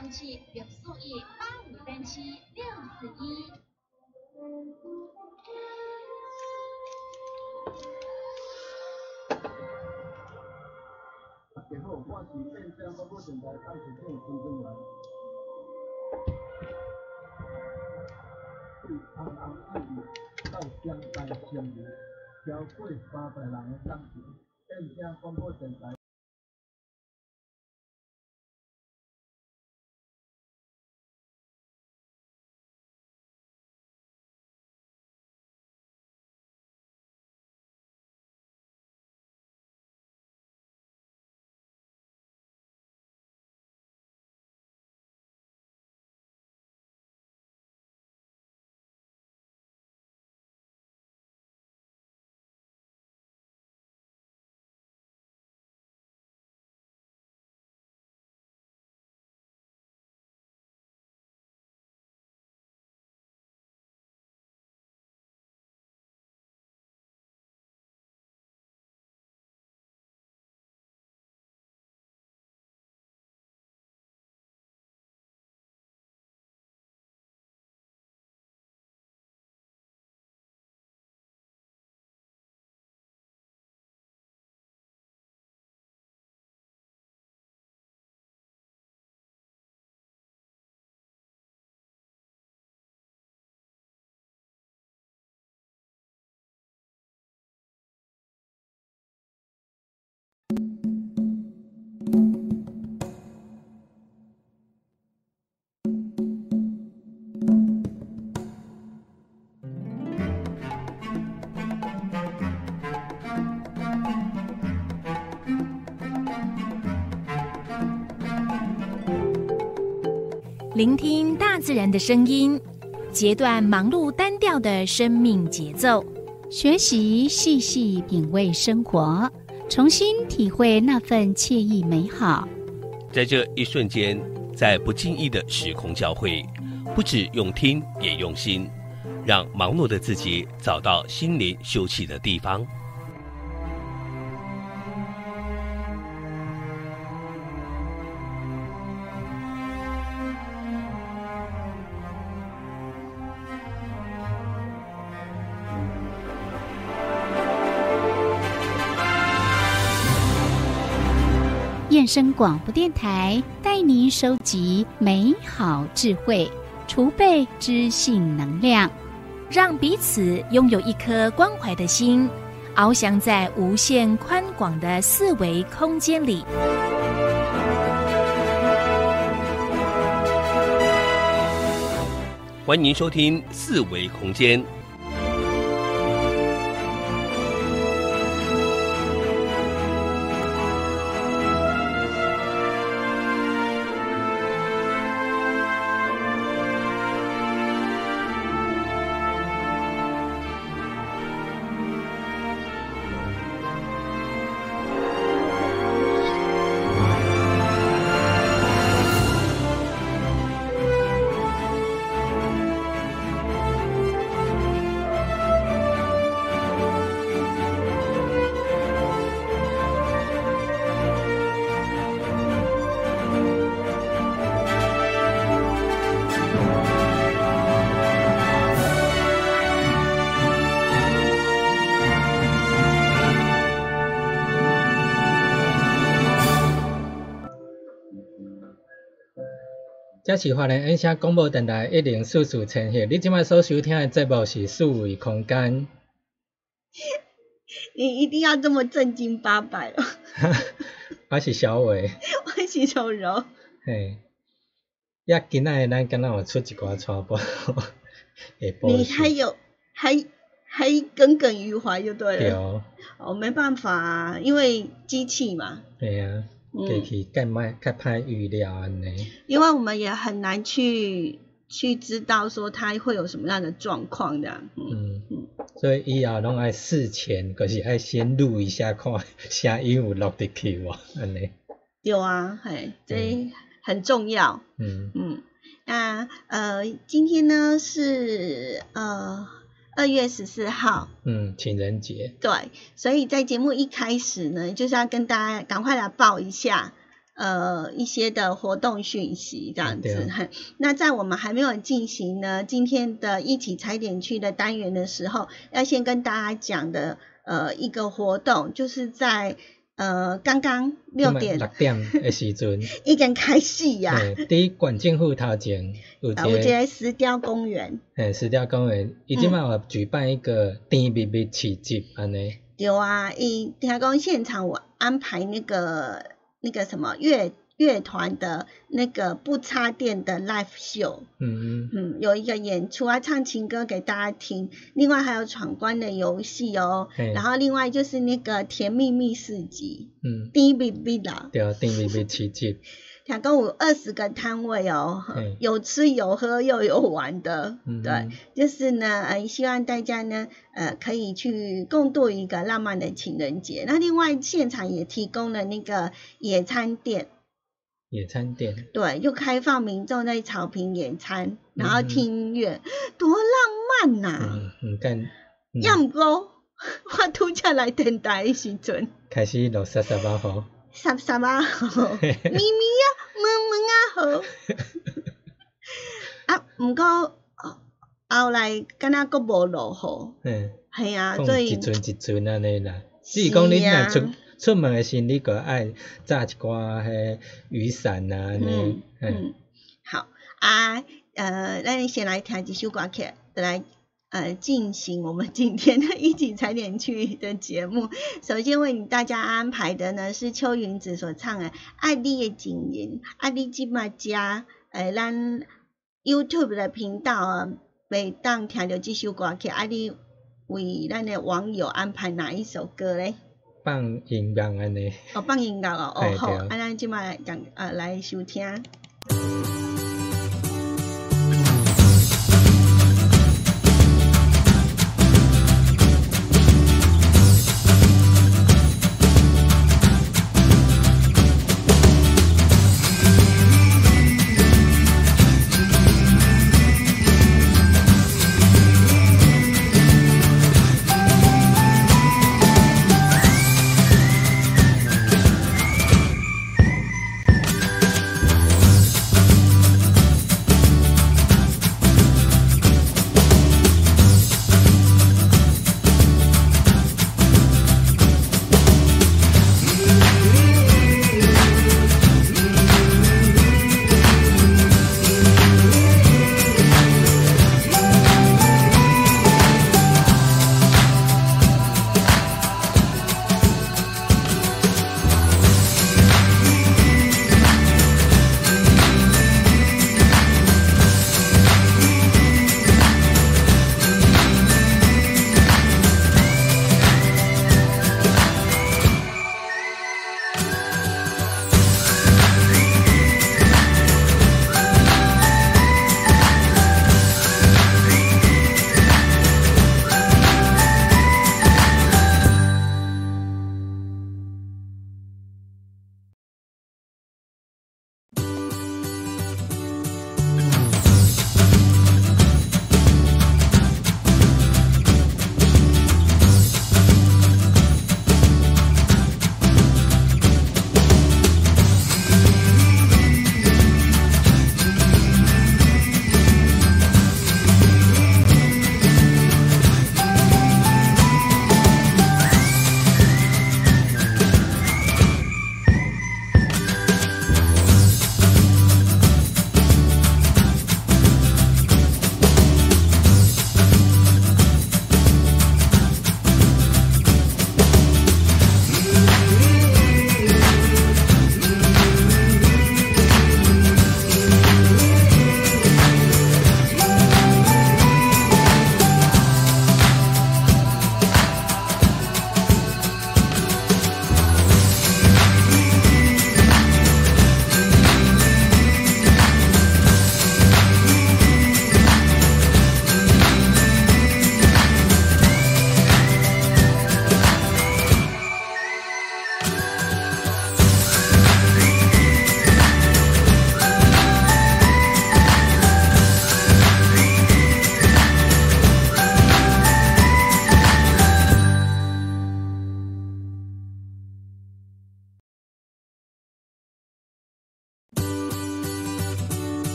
详情别注意85分期641。 大家好，我是变相广播电台当时长孙正元。对安安爱语到江山相遇，超过300人的感情，变相广播电台。 聆听大自然的声音，截断忙碌单调的生命节奏， 学习细细品味生活，重新体会那份惬意美好。 在这一瞬间，在不经意的时空交汇，不只用听也用心，让忙碌的自己找到心灵休憩的地方。 燕声广播电台带您收集美好智慧，储备知性能量， 让彼此拥有一颗关怀的心，翱翔在无限宽广的四维空间里。 欢迎收听四维空间。 这是花莲音声广播电台104.4千赫，你现在所收听的节目是四维空间。 你一定要这么正经八百了。 我是小伟， 我是小柔。 嘿，呀，今仔咱敢若有出一寡传播的报你还耿耿于怀就对了。 对哦。 哦，没办法啊，因为机器嘛。 对啊。过去较歹预料安尼， 因为我们也很难去知道说它会有什么样的状况的。 所以以后拢爱事前，就是爱先录一下，看声音有录得去无安尼。 有啊，嘿，这很重要。那今天呢是2月14号， 情人节。 对，所以在节目一开始呢，就是要跟大家赶快来报一下， 一些的活动讯息这样子。那在我们还没有进行呢今天的一起踩点去的单元的时候，要先跟大家讲的一个活动，就是在刚刚6点的时阵已经开始啊。 伫县政府头前有一个石雕公园。 石雕公园，伊即摆有举办一个甜蜜蜜市集安尼。 对啊，伊听讲现场我安排那个什么乐团的那个不插电的 live show， 有一个演出啊，唱情歌给大家听，另外还有闯关的游戏哦，然后另外就是那个甜蜜蜜市集，甜蜜蜜啦， 对，甜蜜蜜市集， 听讲有20个摊位哦，有吃有喝又有玩的，对，就是呢，希望大家呢，可以去共度一个浪漫的情人节。那另外现场也提供了那个野餐店。对，就开放民众在草坪野餐，然后听音乐，多浪漫啊！要不过我拄才来电台的时阵， 开始落沙沙巴雨， 沙沙巴雨，咪咪啊，蒙蒙啊雨。啊，不过后来敢若佫无落雨，系啊，所以一阵安尼啦。只是讲你若出门的时候，你个爱扎一寡迄雨伞啊， 好啊，咱先来听一首歌曲，来进行我们今天的一起踩点去的节目。首先为大家安排的呢是邱云子所唱的《爱你的情人》，啊，你即马加咱 YouTube 的频道啊，袂当听到这首歌曲，啊，你为咱的网友安排哪一首歌咧？ 放音乐安尼。 放音乐哦，好，啊，咱即马来收听。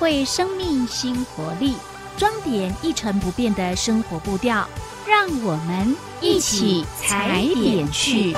绘生命新活力，装点一成不变的生活步调，让我们一起踩点去。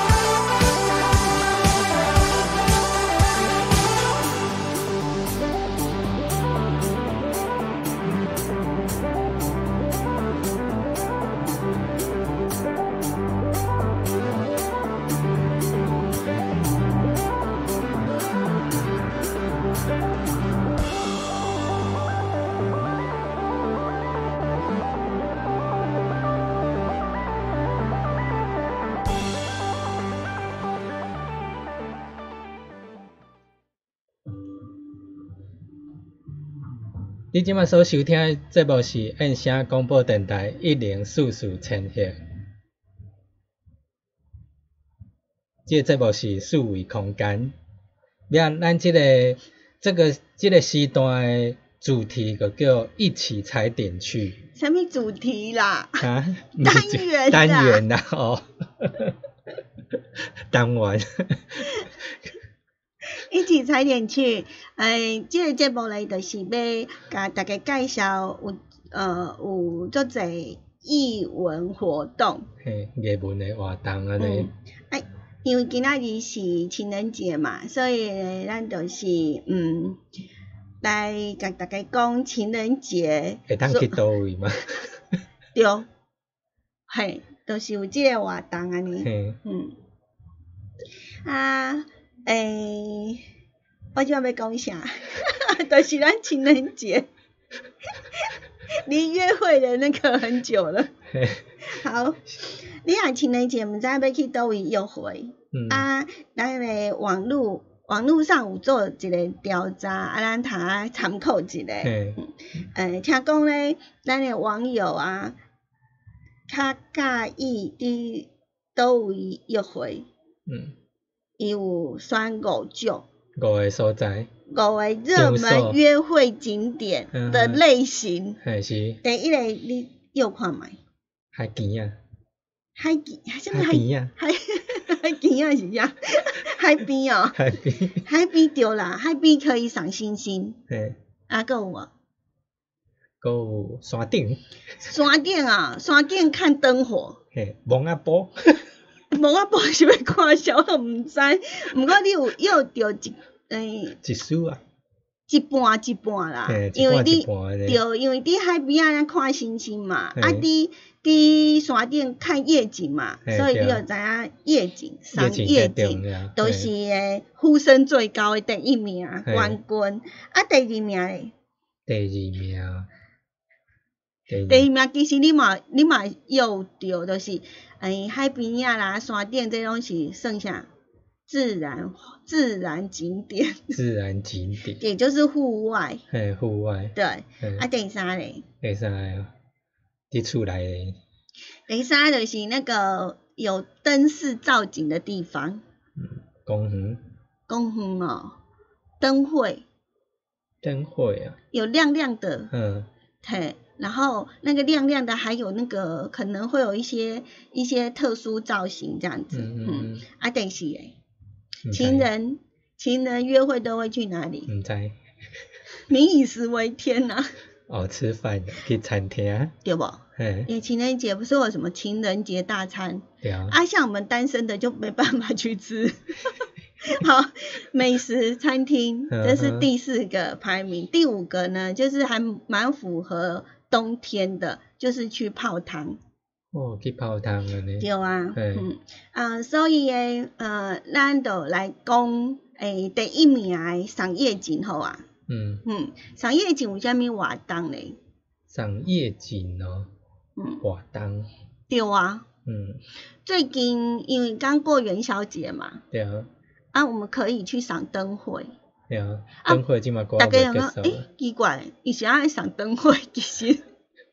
你即摆所收听的节目是燕声广播电台1044千赫。这个节目是数位空间。咱这个时段的主题就叫一起踩点去。 什么主题啦？ 啊？ 单元啦哦。单元。 一起踩点去，这个节目咧，就是要甲大家介绍有足侪艺文活动， 艺文的活动安尼。 因为今仔日是情人节嘛，所以咱就是来甲大家讲情人节。 会当去倒位吗？ 对，就是有这个活动安尼。我即摆要讲啥？就是咱情人节，离约会的那个很久了。好，你若情人节毋知要去倒位约会？咱个网络上有做一个调查，咱通参考一下。听讲咧，咱个网友啊，较介意伫倒位约会。伊有选5种 ，5个所在 ，5个热门约会景点的类型。 是。 第一个，你又看觅。 海边啊。 海边啊？海边啊是啥？海边哦。海边对啦，海边可以赏星星。还有无？ 还有山顶。 山顶啊，山顶看灯火。 蒙阿波。 无我报是要看啥，我毋知。毋过你有约着一束啊？ 一半啦，因为你海边啊看星星嘛，伫山顶看夜景嘛，所以你就知影夜景，赏夜景，都是呼声最高的第一名冠军。第二名咧？第二名其实你嘛约着，就是海边啊啦、山顶这拢是算啥？自然景点。自然景点。也就是户外。 户外。 对。第三咧？ 第三个，伫厝内咧。 第三就是那个有灯饰造景的地方。 公园。 公园哦，灯会。 灯会啊。有亮亮的。然后那个亮亮的，还有那个可能会有一些特殊造型这样子。第四个，情人约会都会去哪里？ 唔知。 民以食为天呐。 吃饭去餐厅。 对不？因为情人节不是有什么情人节大餐？ 对啊。 像我们单身的就没办法去吃。好，美食餐厅，这是第4个排名。第5个呢，就是还蛮符合冬天的，就是去泡汤。 去泡汤了呢。 对啊。所以咱就来讲第一名的赏夜景好啊。赏夜景有啥物活动呢？ 赏夜景哦。活动。 对啊。最近因为刚过元宵节嘛。 对啊。 我们可以去赏灯会。 对啊。灯会即马过大家想讲，奇怪，伊是爱赏灯会，其实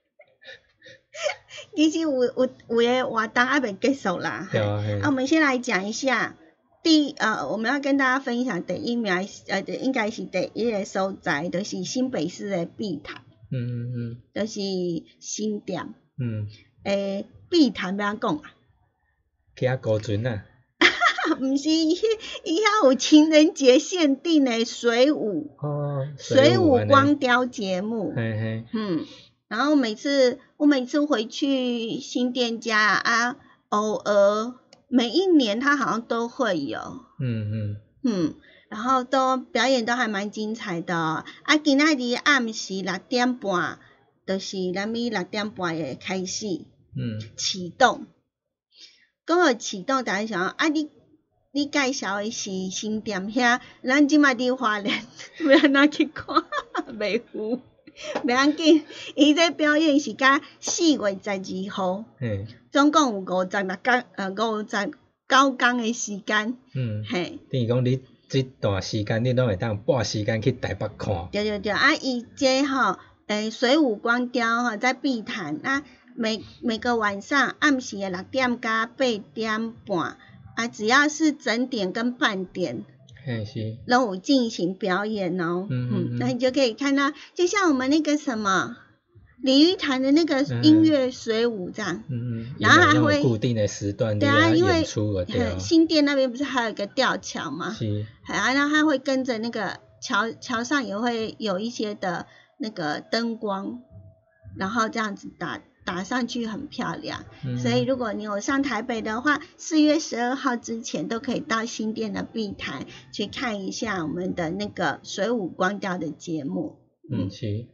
有个活动还没结束啦。 对啊。 我们先来讲一下，我们要跟大家分享第一名，应该是第一个所在，就是新北市的碧潭。就是新店。碧潭要安讲啊？ 去高船啊。 不是，伊遐有情人节限定的水舞，水舞光雕节目，然后我每次回去新店家啊，偶尔每一年他好像都会有，然后都表演都还蛮精彩的哦。啊，今仔日暗时6点半，就是咱们6点半会开始，启动。讲到启动，大家想啊，你介绍的是新店遐，咱即马伫花莲，要安怎去看？袂赴，袂要紧。伊这表演是甲4月12号，总共有59天的时间， 等于讲你这段时间你拢会当拨时间去台北看。 对，啊，伊这水舞光雕在碧潭啊。每个晚上暗时的6点到8点半啊，只要是整点跟半点，都有进行表演哦。那你就可以看到，就像我们那个什么鲤鱼潭的那个音乐水舞这样，然后还会固定的时段对啊，因为新店那边不是还有一个吊桥吗？然后它会跟着那个桥上也会有一些的那个灯光，然后这样子打上去很漂亮，所以如果你有上台北的话，4月12号之前都可以到新店的碧潭去看一下我们的那个水舞光雕的节目。 是。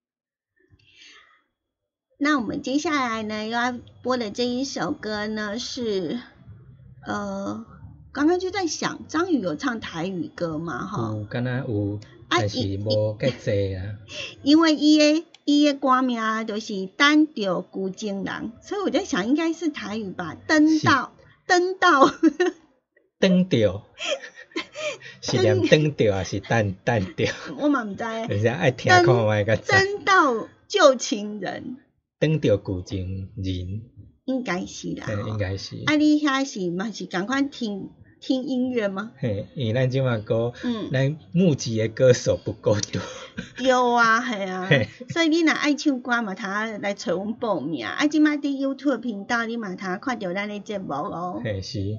那我们接下来呢要播的这一首歌呢是，刚刚就在想，张宇有唱台语歌吗？ 有，敢若有，但是无介济啊。 因为伊的歌名就是等到旧情人，所以我在想应该是台语吧。等到，是念等到还是等到？我嘛唔知。 人家爱听看卖个。 等到旧情人。 等到旧情人。 应该是啦。 应该是。 啊，你遐是嘛是赶快听音乐吗？ 因为咱即马歌，咱募集的歌手不够多。 有啊，系啊，所以你若爱唱歌嘛，通来找阮报名。啊，即马伫 YouTube 频道，你嘛通看到咱的节目哦。 是。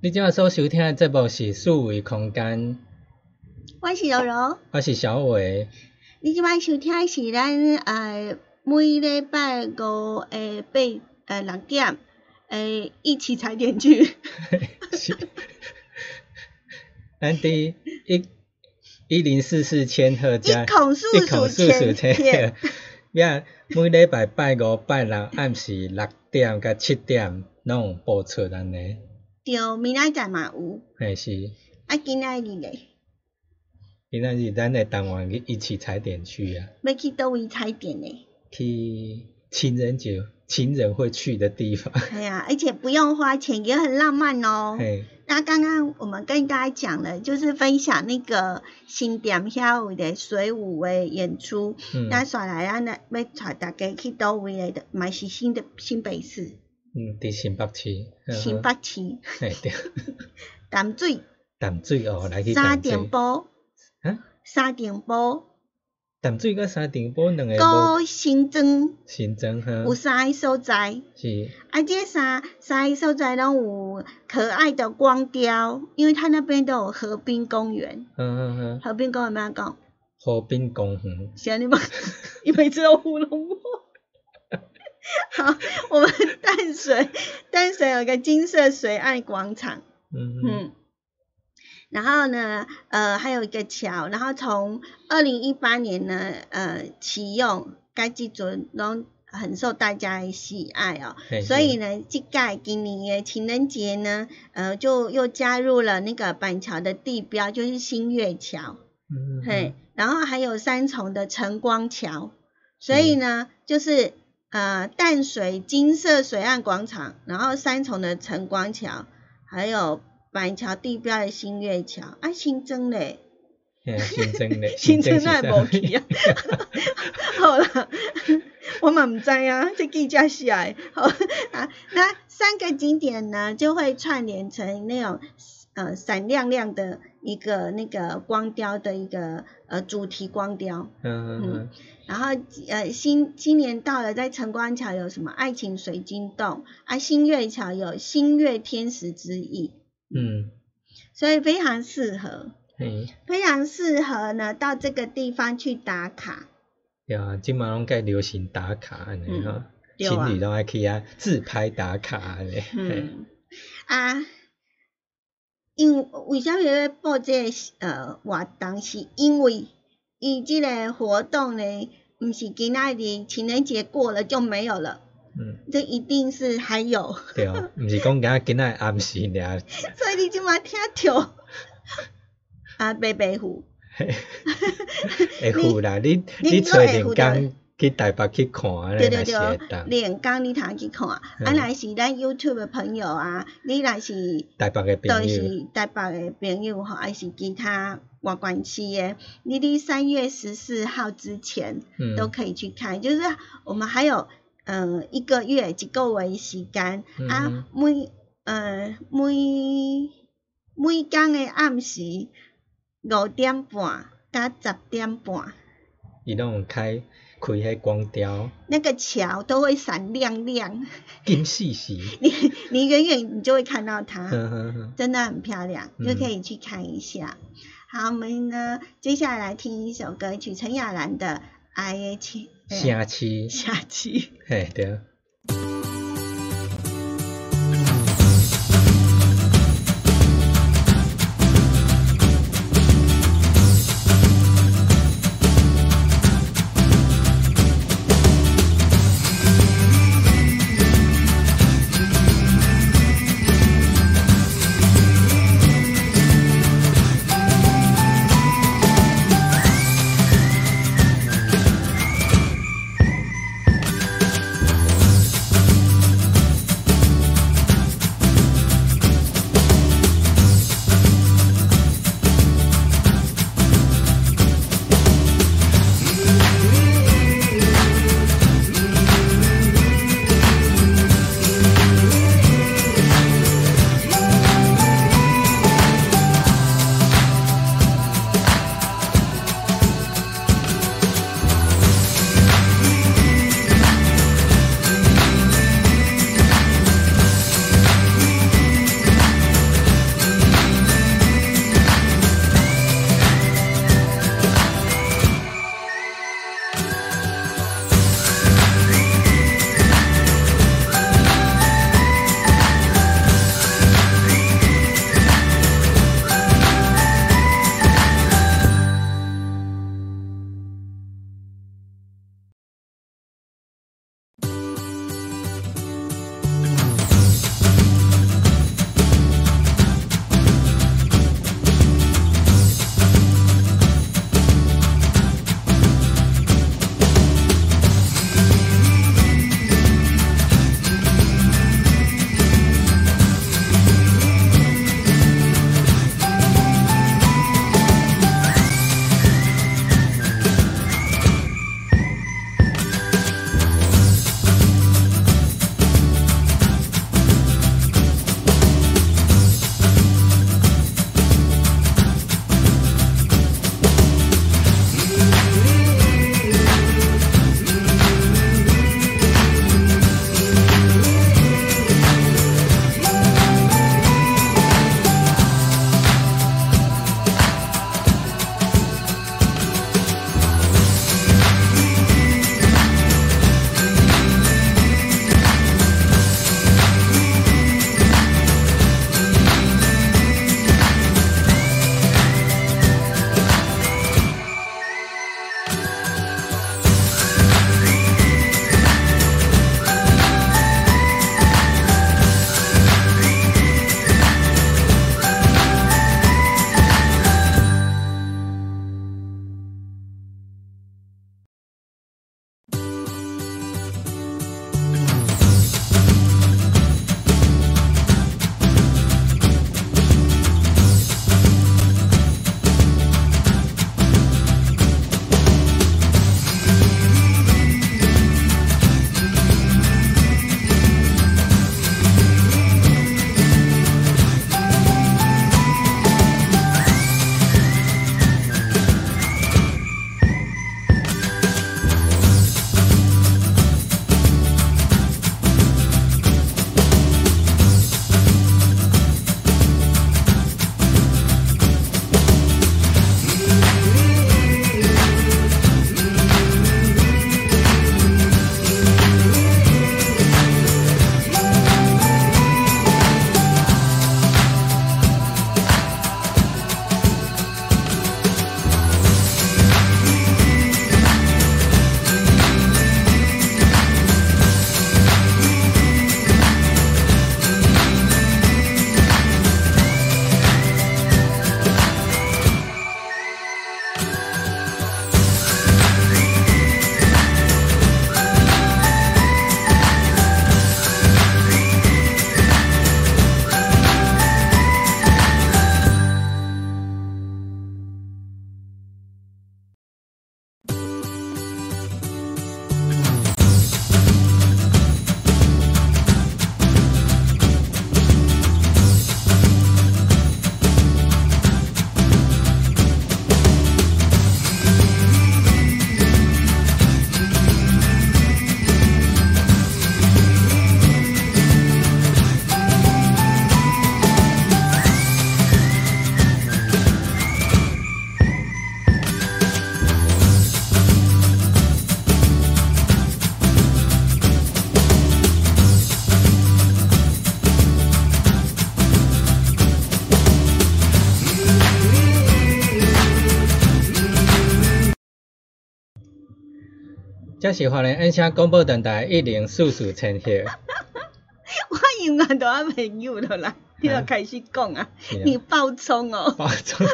你今仔所收听的节目是数位空间， 我是柔柔， 我是小伟。 你今摆收听的是咱每礼拜5下8 6点一起踩点去。 是，咱伫1044千赫加一孔数数千赫， 呀，每礼拜拜5拜6暗时6点甲7点拢有播出安尼。 对，明仔载嘛有。 嘿是。 啊，今仔日咧？ 今仔日咱的台湾一起踩点去啊。 要去倒位踩点呢？ 去情人节，情人会去的地方。 哎呀，而且不用花钱，也很浪漫哦。 嘿。 那刚刚我们跟大家讲了，就是分享那个新店遐有的水舞的演出。那刷来咱要带大家去倒位的，嘛是新北市。 伫新北市。 新北市。 嘿对。 淡水。 淡水哦，来去淡水。 沙田埔。 啊？ 沙田埔。 淡水甲沙田埔两个无。新庄。 新庄哈。 有3个所在。 是。 啊，这三个所在拢有可爱的光雕，因为它那边都有河滨公园。河滨公园怎么讲？ 河滨公园。 是你每次都糊弄我。好，我们淡水有个金色水岸广场。然后呢，还有一个桥，然后从2018年呢，启用，该这阵拢很受大家的喜爱哦。所以呢，这届今年的情人节呢，就又加入了那个板桥的地标，就是新月桥。嘿，然后还有3重的晨光桥，所以呢，就是淡水金色水岸广场，然后3重的晨光桥，还有板桥地标的新月桥啊，新增嘞， 新增嘞， 新增那无去啊。好啦，我嘛唔知啊，这记者写的。好啊，那3个景点呢，就会串联成那种闪亮亮的一个那个光雕的一个主题光雕。然后新年到了，在晨光桥有什么爱情水晶洞啊，新月桥有新月天使之翼。所以非常适合，非常适合呢，到这个地方去打卡。 对啊，今嘛拢介流行打卡安尼吼，情侣都爱去啊自拍打卡安尼。 为什么要报这个活动？是因为伊这个活动呢，不是今仔日情人节过了就没有了。这一定是还有。 对哦，不是讲今仔暗时尔。 所以你即马听到白白虎。 会虎啦，你找连工去台北去看啊， 对，连工你通去看。若是咱 YouTube 的朋友啊，你若是台北的朋友， 都是台北的朋友吼，还是其他外县市的，你3月14号之前都可以去看。就是我们还有1个月的时间啊，每天的暗时5点半到10点半， 伊拢有开迄光雕， 那个桥都会闪亮亮， 金细细。 你远远你就会看到它，真的很漂亮，就可以去看一下。好，我们呢接下来听一首歌曲，陈雅兰的《爱的城市》。 嘿，对。 这是花莲印象广播电台104.4千赫。 我永远都还没有了啦，你要开始讲啊，你爆冲哦。 爆冲。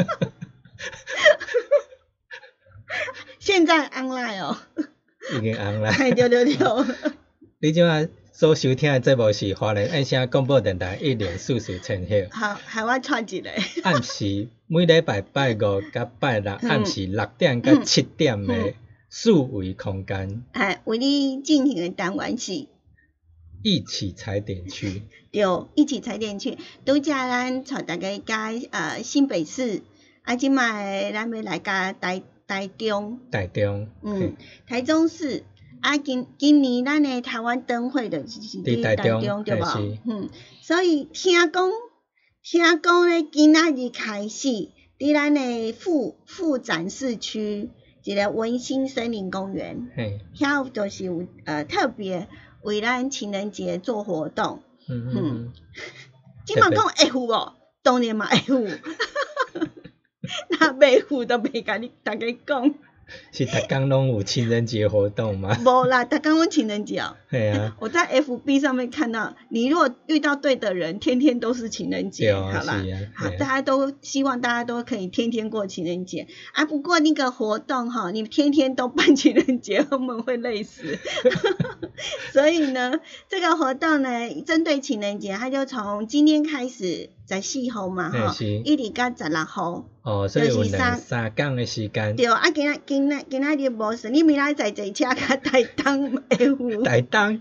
现在 online 哦。 已经 online。 对。 你今仔所收听的节目是花莲印象广播电台104.4千赫。 好，还我串一个。 暗时每礼拜拜五甲拜六暗时6点甲7点的数维空间。 为你进行的单元是一起踩点区。 对，一起踩点区。拄则咱带大家甲新北市，即卖咱要来甲台中。台中。台中市。今年咱的台湾灯会就是伫台中，对无？所以听讲咧，今仔日开始，伫咱的副展示区一个文心森林公园，遐就是有特别为咱情人节做活动。今嘛讲会有无？当然嘛会有，若袂有都袂甲你大家讲。 是逐天拢有情人节活动吗？ 无啦，逐天拢情人节哦。 对啊。 我在 FB 上面看到，你如果遇到对的人，天天都是情人节，好啦。好，大家都希望大家都可以天天过情人节啊。不过那个活动哈，你天天都办情人节，我们会累死。所以呢，这个活动呢，针对情人节，它就从今天开始14号嘛，哈，一直到16号。 哦，所以有3天的时间。 对，今仔日无事，你明仔载坐车甲台东会有。台中。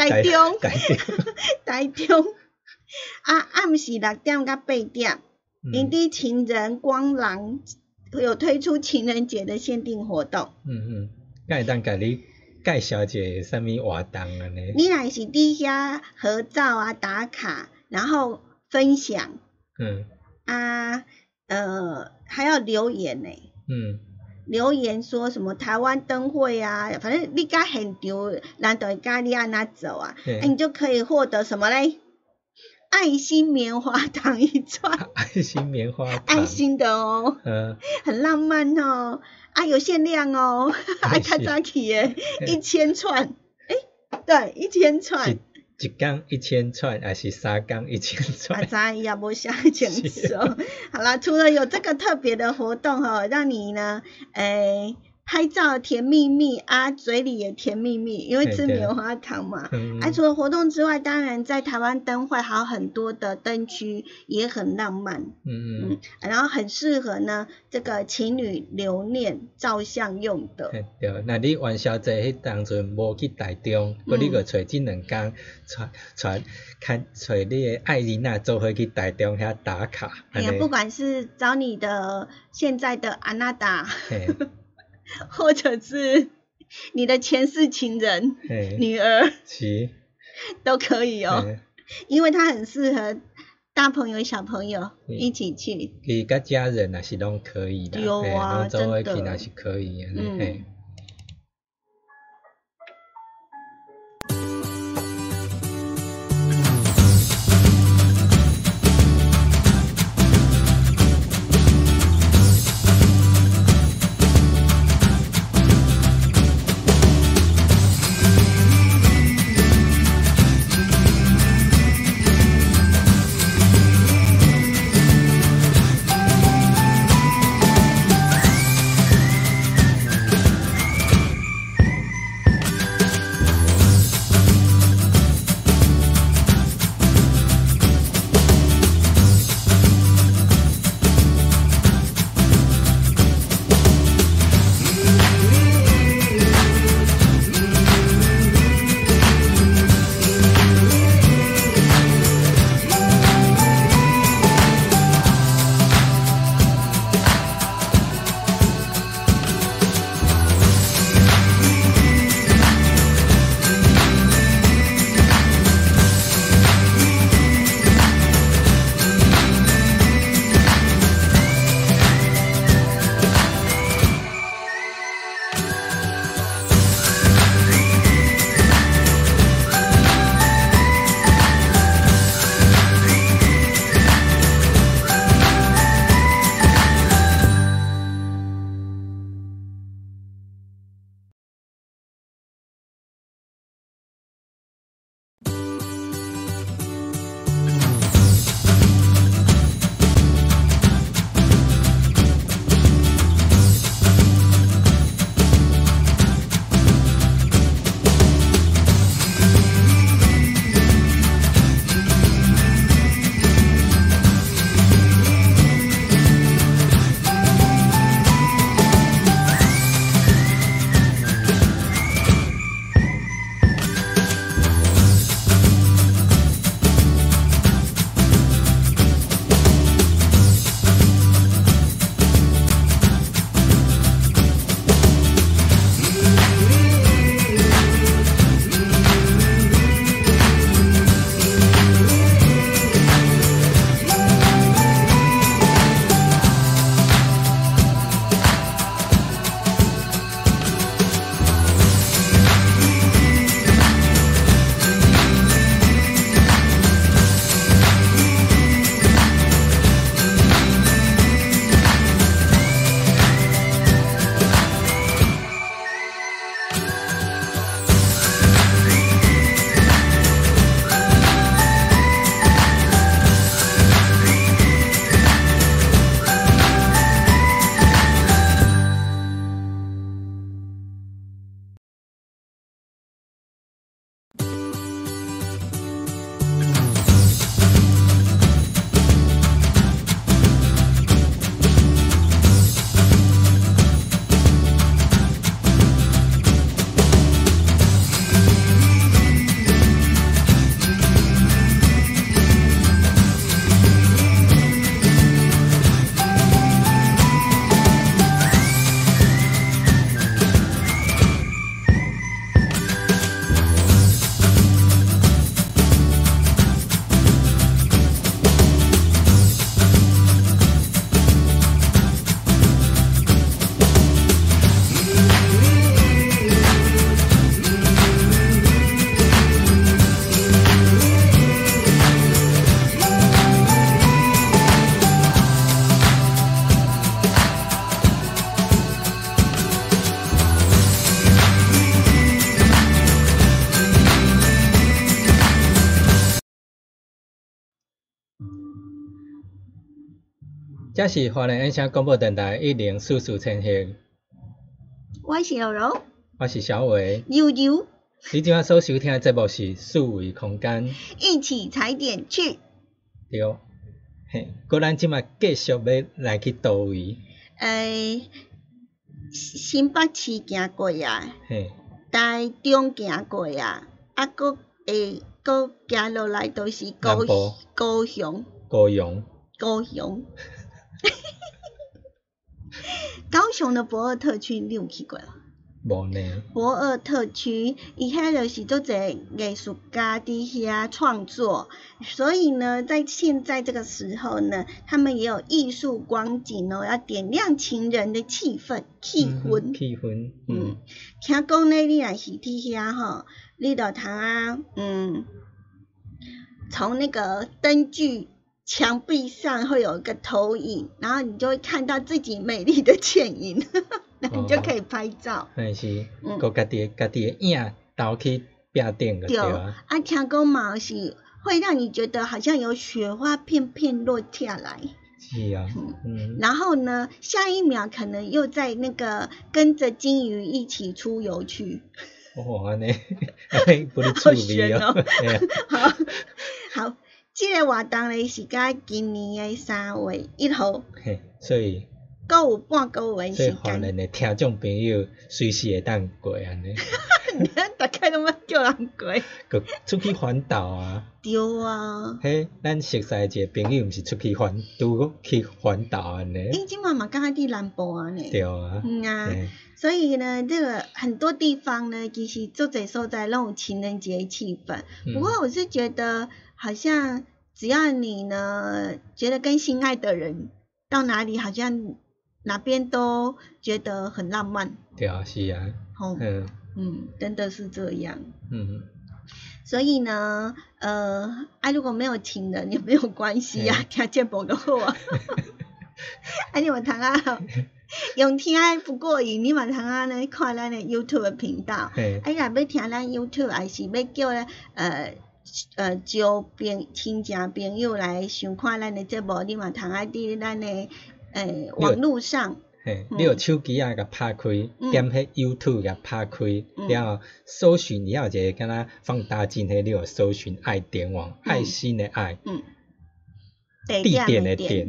暗时6点到8点，因伫情人光廊有推出情人节的限定活动。 敢会当甲你介绍一下什么活动啊呢？ 你若是伫遐合照啊、打卡，然后分享。还要留言呢。留言说什么台湾灯会啊，反正你甲现场人就会教你安怎做啊，你就可以获得什么嘞？爱心棉花糖1串。 爱心棉花糖。 爱心的哦。很浪漫哦，有限量哦，较早起的1000串，对，1000串。 一天1000串，还是3天1000串？ 咱也无写清楚。好啦，除了有这个特别的活动让你呢，拍照甜蜜蜜啊，嘴里也甜蜜蜜，因为吃棉花糖嘛。除了活动之外，当然在台湾灯会还有很多的灯区也很浪漫。然后很适合呢这个情侣留念照相用的。 对，那你元宵节迄当阵无去台中，你个找这2天，找你的爱人啊，做伙去台中遐打卡。 不管是找你的现在的安娜达。或者是你的前世情人、女儿，都可以哦，因为它很适合大朋友小朋友一起去。 你跟家人也是拢可以的， 有啊， 真的，做伙去也是可以的。 这是华人音响广播电台104.4千赫。 我是柔柔， 我是小伟， 悠悠。 你今晚所收听的节目是数位空间， 一起踩点去。 对，嘿，果咱今晚继续要来去倒位？ 新北市行过啊， 嘿， 台中行过啊，搁行落来都是高雄。高雄的博尔特区你有去过吗？ 无呢。 博尔特区，伊遐就是做侪艺术家伫遐创作，所以呢，在现在这个时候呢，他们也有艺术光景哦，要点亮情人的气氛。听讲呢，你若是伫遐吼，你就通从那个灯具墙壁上会有一个投影，然后你就会看到自己美丽的倩影，然后你就可以拍照。 是，佮家己的影投去壁顶就对啊。 啊，听讲嘛是会让你觉得好像有雪花片片落下来。 是啊， 然后呢，下一秒可能又在那个跟着金鱼一起出游去。 哦，安尼不是趣味哦。 好，这个活动咧是到今年的3月1号。 嘿，所以还有半个月时间。 所以咱的听众朋友随时会当过安尼。 大概都要叫人过。 佮出去环岛啊。 对啊。 嘿，咱熟悉一个朋友，毋是出去去环岛安尼。 即马嘛刚刚伫南部啊呢。 对啊。 所以呢，这个很多地方呢，其实做侪所在拢有情人节气氛。不过我是觉得，好像只要你呢，觉得跟心爱的人到哪里，好像哪边都觉得很浪漫。 对啊，是啊。 真的是这样。所以呢，如果没有情人也没有关系啊，听节目就好啊。你嘛通啊，用听不过瘾，你嘛通啊呢看咱的 YouTube 的频道。若要听咱 YouTube， 还是要叫招亲戚朋友来收看咱的节目，你嘛通啊伫咱的网络上。 你有手机啊，甲拍开，点迄 YouTube 甲拍开，了后搜寻，也有一个敢若放大镜迄，你有搜寻爱点网，爱心的爱，地点的点，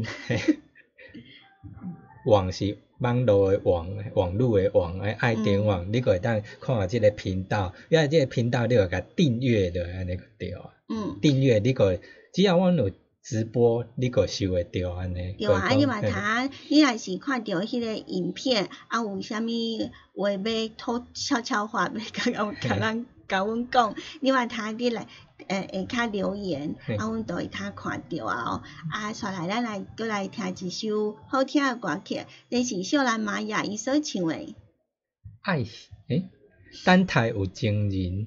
网是网络的网，网络的网，爱点网，你会当看下即个频道，因为即个频道你有甲订阅的安尼个对啊，订阅你个只要阮有直播，你个收会到安尼。 对啊，你嘛通，你若是看到迄个影片，有啥物话要悄悄话要甲阮讲，你嘛通你来下骹留言，阮都会通看到啊。煞来咱来过来听一首好听的歌曲，这是小兰玛雅伊所唱的。 爱，等待有情人。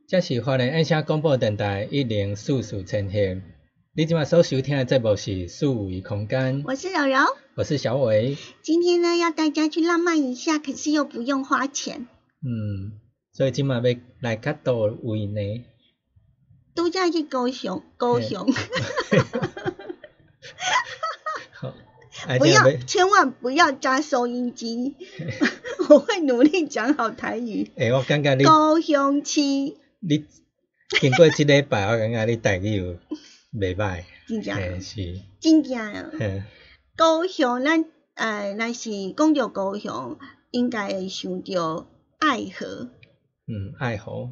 这是花莲印象广播电台104.4千赫。你今晚所收听的节目是数位空间。 我是柔柔， 我是小伟。 今天呢，要大家去浪漫一下，可是又不用花钱。 所以今晚要来到倒位呢？ 都在去高雄。不要，千万不要扎收音机。我会努力讲好台语。 我感觉你高雄市， 你经过这礼拜，我感觉你台语有袂歹。 真正是。 真正啊。高雄，咱若是讲到高雄，应该会想到爱河。 爱河。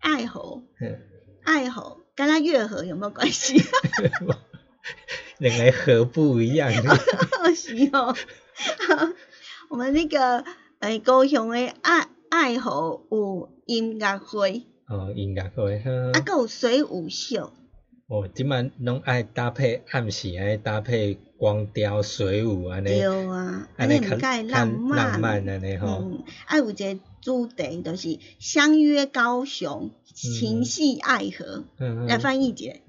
爱河，跟它月河有没有关系？ 两个河不一样。 是哦。我们那个高雄的爱河有音乐会。 音乐会。 还有水舞秀。 即摆拢爱搭配暗时，爱搭配光雕水舞安尼。 对啊，安尼唔介浪漫安尼吼。 有一个主题就是相约高雄，情系爱河。来翻译一下。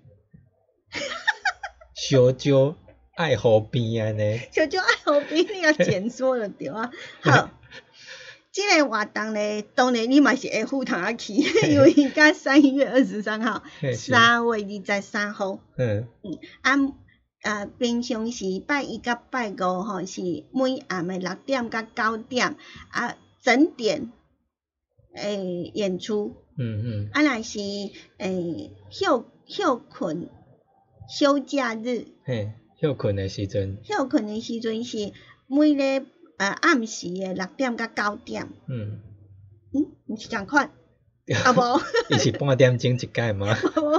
小酒爱河边安尼。 小酒爱河边，你也简说了对啊。好。这个活动呢，当然你嘛是会赴汤去，因为现在3月23号，3月23号。平常时拜1到拜5吼，是每暗的6点到9点，整点演出。若是休困休假日。 休困的时阵是每个暗时的6点到9点。毋是同款。无。 伊是半点钟一届吗？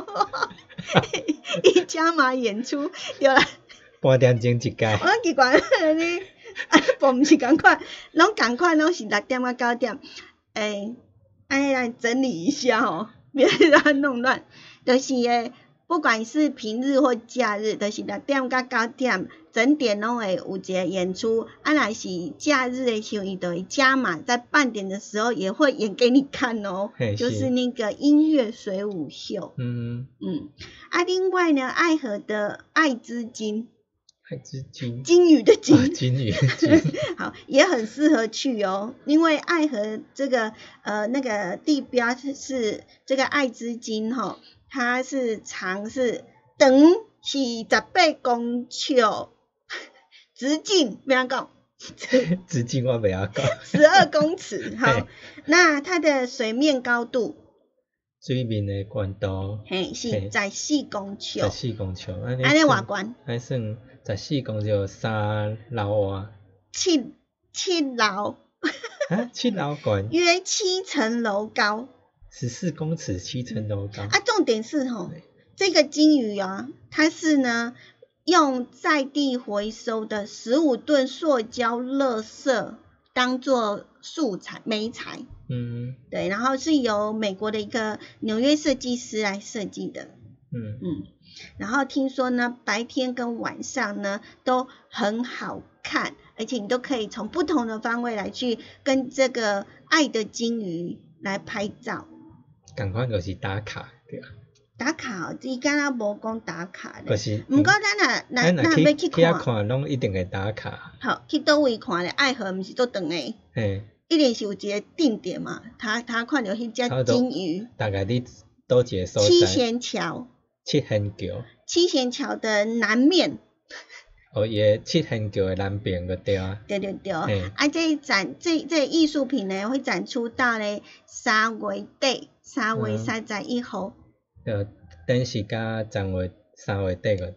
伊加码演出，对啦。 半点钟一届。 我奇怪你，无毋是同款，拢同款，拢是6点到9点。安尼来整理一下吼，别让它弄乱。就是不管是平日或假日，就是6点到9点，整点拢会有一个演出。若是假日的时候，伊就会加码，在半点的时候也会演给你看哦，就是那个音乐水舞秀。另外呢，爱河的爱之金，金鱼的金， 金鱼好，也很适合去哦，因为爱河这个那个地标是这个爱之金吼。它是长是长是18公尺，直径不要讲， 直径我不要讲 ，12公尺。好，那它的水面高度， 水面的宽度， 是14公尺 ，14公尺，安尼偌悬？ 安算14公尺3楼啊 ？7楼 ？7楼悬？ 约7层楼高。 14公尺7层楼高。 重点是这个金鱼啊，它是呢用在地回收的15吨塑胶垃圾当做素材媒材。对，然后是由美国的一个纽约设计师来设计的。然后听说呢，白天跟晚上呢都很好看，而且你都可以从不同的方位来去跟这个爱的金鱼来拍照。 同款就是打卡，对啊。 打卡伊敢若无讲打卡咧。是。 毋过咱要去看，拢一定会打卡。 好，去倒位看咧？爱河毋是做长诶。一定是有一个定点嘛。他看到迄只金鱼。 大概你倒一个所在？ 七仙桥。七仙桥的南面。 伊个七仙桥的南边个对啊。 对。这艺术品呢会展出到咧3月底，3月31号。 等是甲3月底个。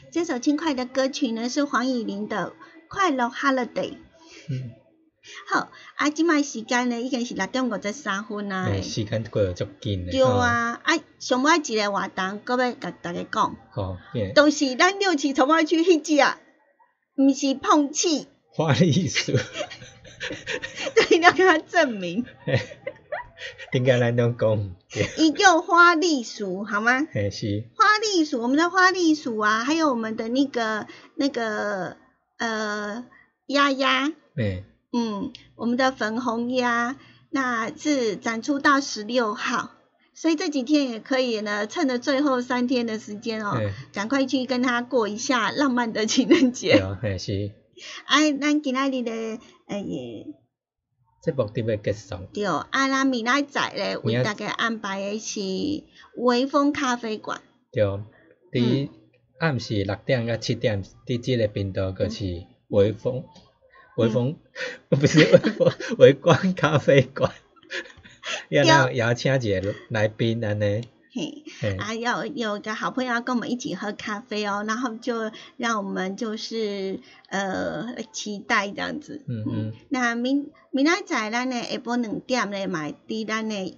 这首轻快的歌曲呢是黄乙玲的《快乐 Holiday》。好，即摆时间呢已经是6:53啊。 时间过得足紧的。 对啊，上尾一个活动，搁要甲大家讲。 好， 都是咱六期筹划区迄只啊，毋是碰瓷。 花栗鼠。 对，要跟他证明。 应该咱拢讲。 伊叫花栗鼠，好吗？ 是。 花栗鼠，我们的花栗鼠啊，还有我们的那个鸭鸭。我们的粉红鸭，那是展出到16号，所以这几天也可以呢，趁着最后3天的时间哦，赶快去跟他过一下浪漫的情人节。 是。 咱今仔日的节目就要结束。 对，咱明仔载咧为大家安排的是微风咖啡馆。 对，伫暗时6点到7点，伫这个频道就是微风不是微光咖啡馆，邀请一个来宾安尼。 要有个好朋友要跟我们一起喝咖啡哦，然后就让我们就是期待这样子。那明仔载咱的下晡2点咧，嘛伫咱的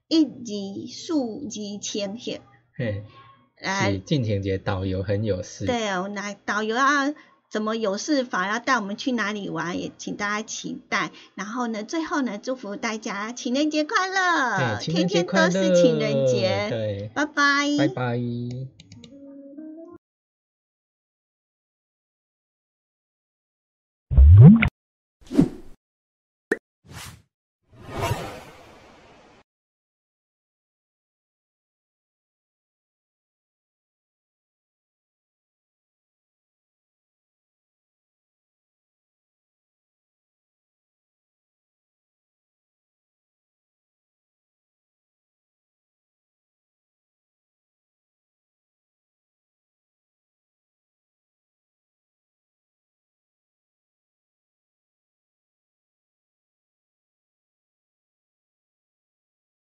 124千赫。 是进行一个导游很有事。 对哦，那导游要怎么有事法，要带我们去哪里玩，也请大家期待。然后呢，最后呢，祝福大家情人节快乐，天天都是情人节。 对， 拜拜， 拜拜。